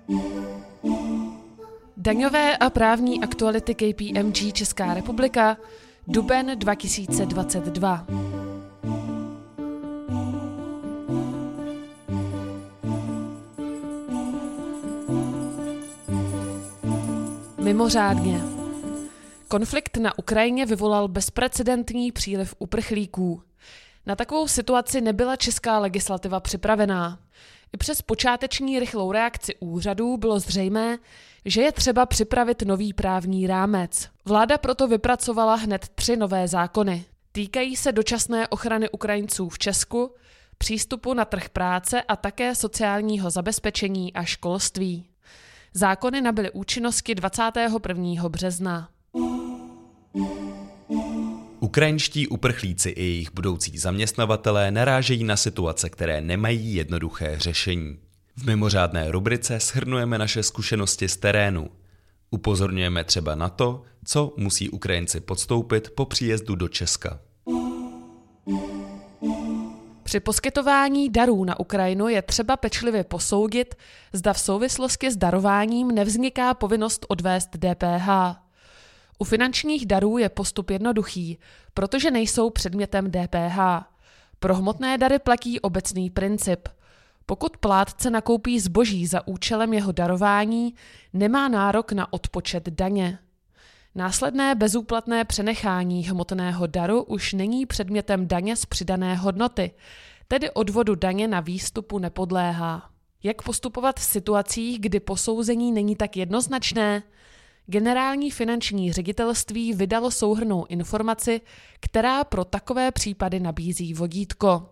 Daňové a právní aktuality KPMG Česká republika, duben 2022. Mimořádně. Konflikt na Ukrajině vyvolal bezprecedentní příliv uprchlíků. Na takovou situaci nebyla česká legislativa připravená. I přes počáteční rychlou reakci úřadů bylo zřejmé, že je třeba připravit nový právní rámec. Vláda proto vypracovala hned 3 nové zákony. Týkají se dočasné ochrany Ukrajinců v Česku, přístupu na trh práce a také sociálního zabezpečení a školství. Zákony nabyly účinnosti 21. března. Ukrajinští uprchlíci i jejich budoucí zaměstnavatelé narážejí na situace, které nemají jednoduché řešení. V mimořádné rubrice shrnujeme naše zkušenosti z terénu. Upozorňujeme třeba na to, co musí Ukrajinci podstoupit po příjezdu do Česka. Při poskytování darů na Ukrajinu je třeba pečlivě posoudit, zda v souvislosti s darováním nevzniká povinnost odvést DPH. U finančních darů je postup jednoduchý, protože nejsou předmětem DPH. Pro hmotné dary platí obecný princip. Pokud plátce nakoupí zboží za účelem jeho darování, nemá nárok na odpočet daně. Následné bezúplatné přenechání hmotného daru už není předmětem daně z přidané hodnoty, tedy odvodu daně na výstupu nepodléhá. Jak postupovat v situacích, kdy posouzení není tak jednoznačné? Generální finanční ředitelství vydalo souhrnnou informaci, která pro takové případy nabízí vodítko.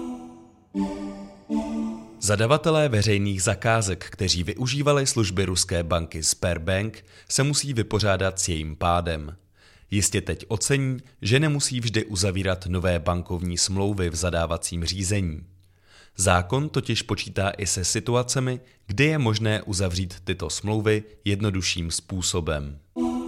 Zadavatelé veřejných zakázek, kteří využívali služby ruské banky Sberbank, se musí vypořádat s jejím pádem. Jistě teď ocení, že nemusí vždy uzavírat nové bankovní smlouvy v zadávacím řízení. Zákon totiž počítá i se situacemi, kdy je možné uzavřít tyto smlouvy jednodušším způsobem.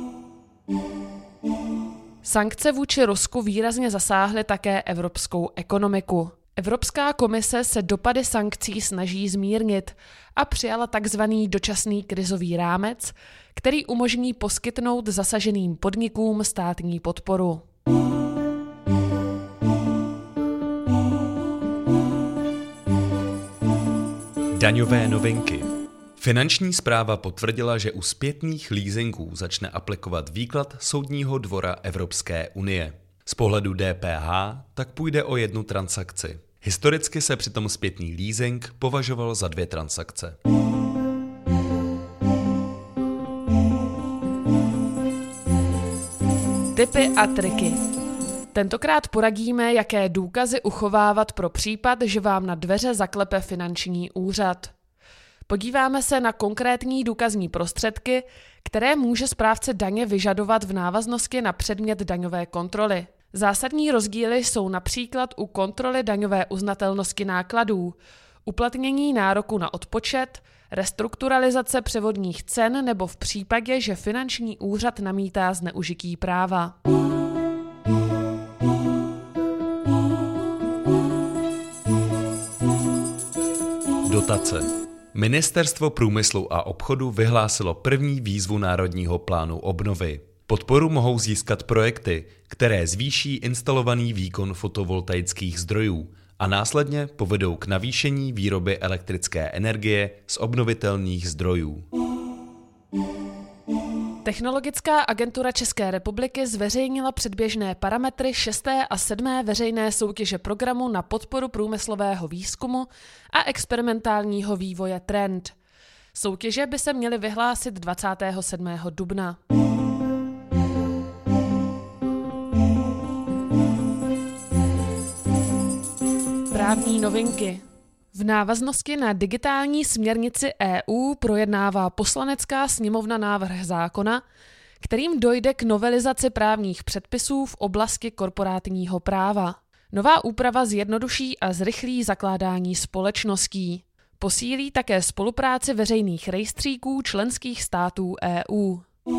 Sankce vůči Rusku výrazně zasáhly také evropskou ekonomiku. Evropská komise se dopady sankcí snaží zmírnit a přijala tzv. Dočasný krizový rámec, který umožní poskytnout zasaženým podnikům státní podporu. Daňové novinky. Finanční správa potvrdila, že u zpětných leasingů začne aplikovat výklad Soudního dvora Evropské unie. Z pohledu DPH tak půjde o 1 transakci. Historicky se přitom zpětný leasing považoval za 2 transakce. Tipy a triky. Tentokrát poradíme, jaké důkazy uchovávat pro případ, že vám na dveře zaklepe finanční úřad. Podíváme se na konkrétní důkazní prostředky, které může správce daně vyžadovat v návaznosti na předmět daňové kontroly. Zásadní rozdíly jsou například u kontroly daňové uznatelnosti nákladů, uplatnění nároku na odpočet, restrukturalizace převodních cen nebo v případě, že finanční úřad namítá zneužití práva. Dotace. Ministerstvo průmyslu a obchodu vyhlásilo první výzvu Národního plánu obnovy. Podporu mohou získat projekty, které zvýší instalovaný výkon fotovoltaických zdrojů a následně povedou k navýšení výroby elektrické energie z obnovitelných zdrojů. Technologická agentura České republiky zveřejnila předběžné parametry 6. a 7. veřejné soutěže programu na podporu průmyslového výzkumu a experimentálního vývoje Trend. Soutěže by se měly vyhlásit 27. dubna. Právní novinky. V návaznosti na digitální směrnici EU projednává Poslanecká sněmovna návrh zákona, kterým dojde k novelizaci právních předpisů v oblasti korporátního práva. Nová úprava zjednoduší a zrychlí zakládání společností. Posílí také spolupráci veřejných rejstříků členských států EU.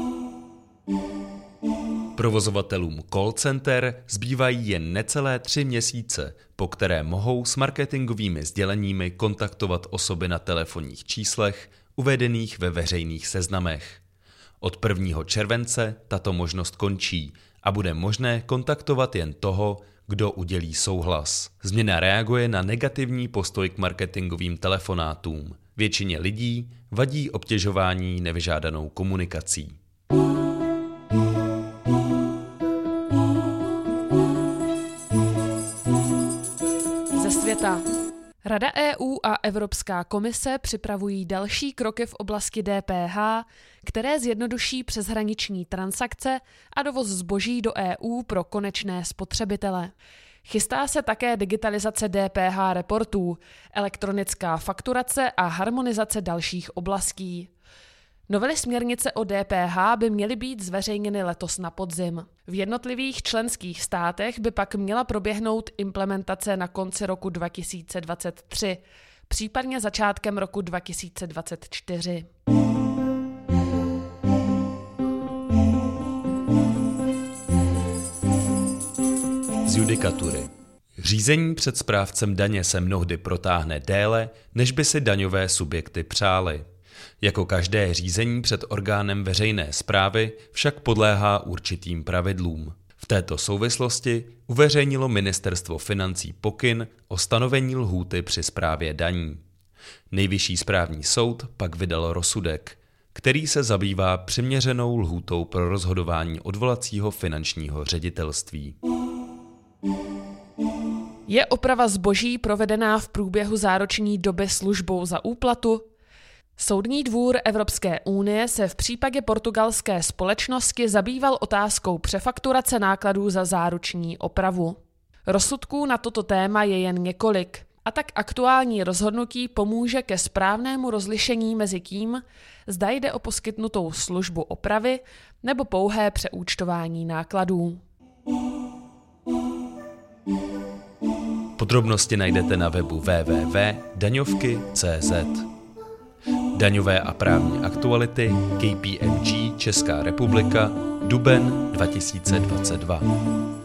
Provozovatelům call center zbývají jen necelé 3 měsíce, po které mohou s marketingovými sděleními kontaktovat osoby na telefonních číslech uvedených ve veřejných seznamech. Od 1. července tato možnost končí a bude možné kontaktovat jen toho, kdo udělí souhlas. Změna reaguje na negativní postoj k marketingovým telefonátům. Většině lidí vadí obtěžování nevyžádanou komunikací. Ze světa. Rada EU a Evropská komise připravují další kroky v oblasti DPH, které zjednoduší přeshraniční transakce a dovoz zboží do EU pro konečné spotřebitele. Chystá se také digitalizace DPH reportů, elektronická fakturace a harmonizace dalších oblastí. Novely směrnice o DPH by měly být zveřejněny letos na podzim. V jednotlivých členských státech by pak měla proběhnout implementace na konci roku 2023, případně začátkem roku 2024. Z judikatury. Řízení před správcem daně se mnohdy protáhne déle, než by si daňové subjekty přály. Jako každé řízení před orgánem veřejné správy však podléhá určitým pravidlům. V této souvislosti uveřejnilo Ministerstvo financí pokyn o stanovení lhůty při správě daní. Nejvyšší správní soud pak vydal rozsudek, který se zabývá přiměřenou lhůtou pro rozhodování odvolacího finančního ředitelství. Je oprava zboží provedená v průběhu záruční doby službou za úplatu? Soudní dvůr Evropské unie se v případě portugalské společnosti zabýval otázkou přefakturace nákladů za záruční opravu. Rozsudků na toto téma je jen několik, a tak aktuální rozhodnutí pomůže ke správnému rozlišení mezi tím, zda jde o poskytnutou službu opravy nebo pouhé přeúčtování nákladů. Podrobnosti najdete na webu www.daňovky.cz. Daňové a právní aktuality KPMG Česká republika, duben 2022.